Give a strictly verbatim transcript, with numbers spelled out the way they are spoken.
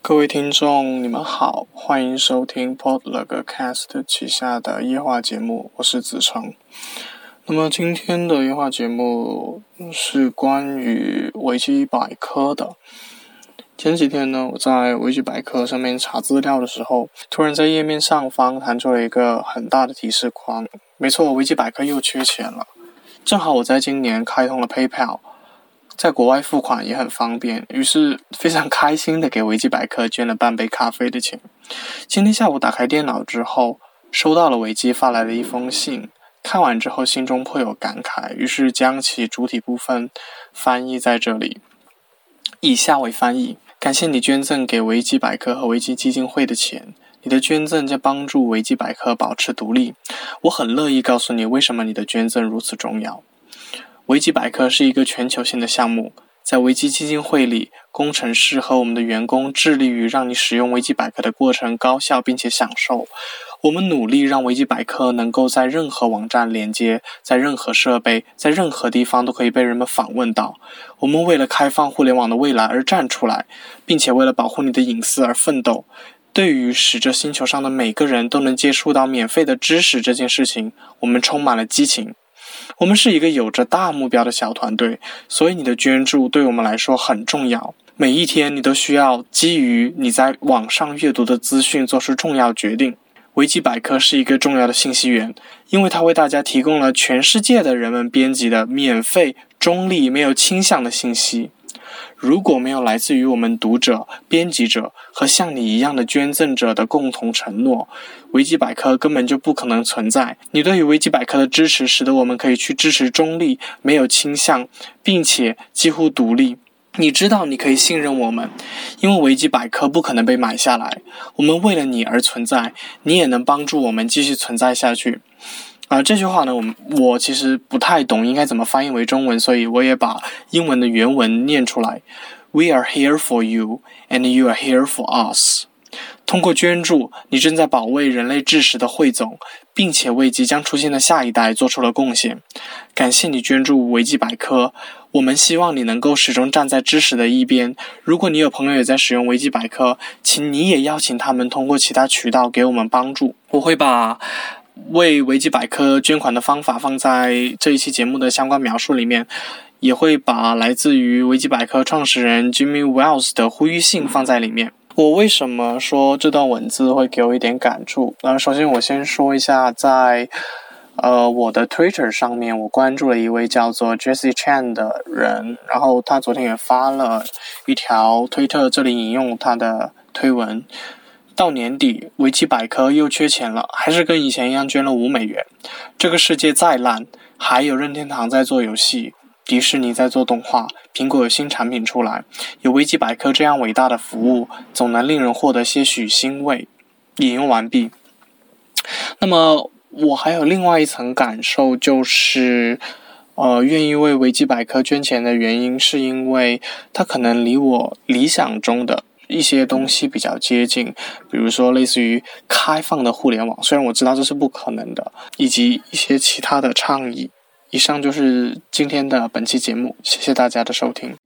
各位听众，你们好，欢迎收听 Podlogcast 旗下的夜话节目，我是子成。那么今天的夜话节目是关于维基百科的。前几天呢，我在维基百科上面查资料的时候，突然在页面上方弹出了一个很大的提示框。没错，维基百科又缺钱了。正好我在今年开通了 PayPal，在国外付款也很方便，于是非常开心的给维基百科捐了半杯咖啡的钱。今天下午打开电脑之后，收到了维基发来的一封信，看完之后心中颇有感慨，于是将其主体部分翻译在这里。以下为翻译：感谢你捐赠给维基百科和维基基金会的钱，你的捐赠将帮助维基百科保持独立。我很乐意告诉你为什么你的捐赠如此重要。维基百科是一个全球性的项目，在维基基金会里，工程师和我们的员工致力于让你使用维基百科的过程高效并且享受。我们努力让维基百科能够在任何网站连接，在任何设备，在任何地方都可以被人们访问到。我们为了开放互联网的未来而站出来，并且为了保护你的隐私而奋斗。对于使这星球上的每个人都能接触到免费的知识这件事情，我们充满了激情。我们是一个有着大目标的小团队，所以你的捐助对我们来说很重要。每一天你都需要基于你在网上阅读的资讯做出重要决定。维基百科是一个重要的信息源，因为它为大家提供了全世界的人们编辑的免费、中立、没有倾向的信息。如果没有来自于我们读者、编辑者和像你一样的捐赠者的共同承诺，维基百科根本就不可能存在。你对于维基百科的支持使得我们可以去支持中立、没有倾向，并且几乎独立。你知道你可以信任我们，因为维基百科不可能被买下来。我们为了你而存在，你也能帮助我们继续存在下去。啊、呃，这句话呢，我我其实不太懂应该怎么翻译为中文，所以我也把英文的原文念出来。We are here for you, and you are here for us. 通过捐助，你正在保卫人类知识的汇总，并且为即将出现的下一代做出了贡献。感谢你捐助维基百科，我们希望你能够始终站在知识的一边。如果你有朋友也在使用维基百科，请你也邀请他们通过其他渠道给我们帮助。我会把为维基百科捐款的方法放在这一期节目的相关描述里面，也会把来自于维基百科创始人 Jimmy Wales 的呼吁信放在里面。我为什么说这段文字会给我一点感触？呃，首先我先说一下，在呃我的 Twitter 上面，我关注了一位叫做 Jessie Chan 的人，然后他昨天也发了一条推特，这里引用他的推文。到年底，维基百科又缺钱了，还是跟以前一样捐了五美元。这个世界再烂，还有任天堂在做游戏，迪士尼在做动画，苹果有新产品出来，有维基百科这样伟大的服务，总能令人获得些许欣慰。引用完毕。那么我还有另外一层感受，就是呃，愿意为维基百科捐钱的原因，是因为它可能离我理想中的一些东西比较接近，比如说类似于开放的互联网，虽然我知道这是不可能的，以及一些其他的倡议。以上就是今天的本期节目，谢谢大家的收听。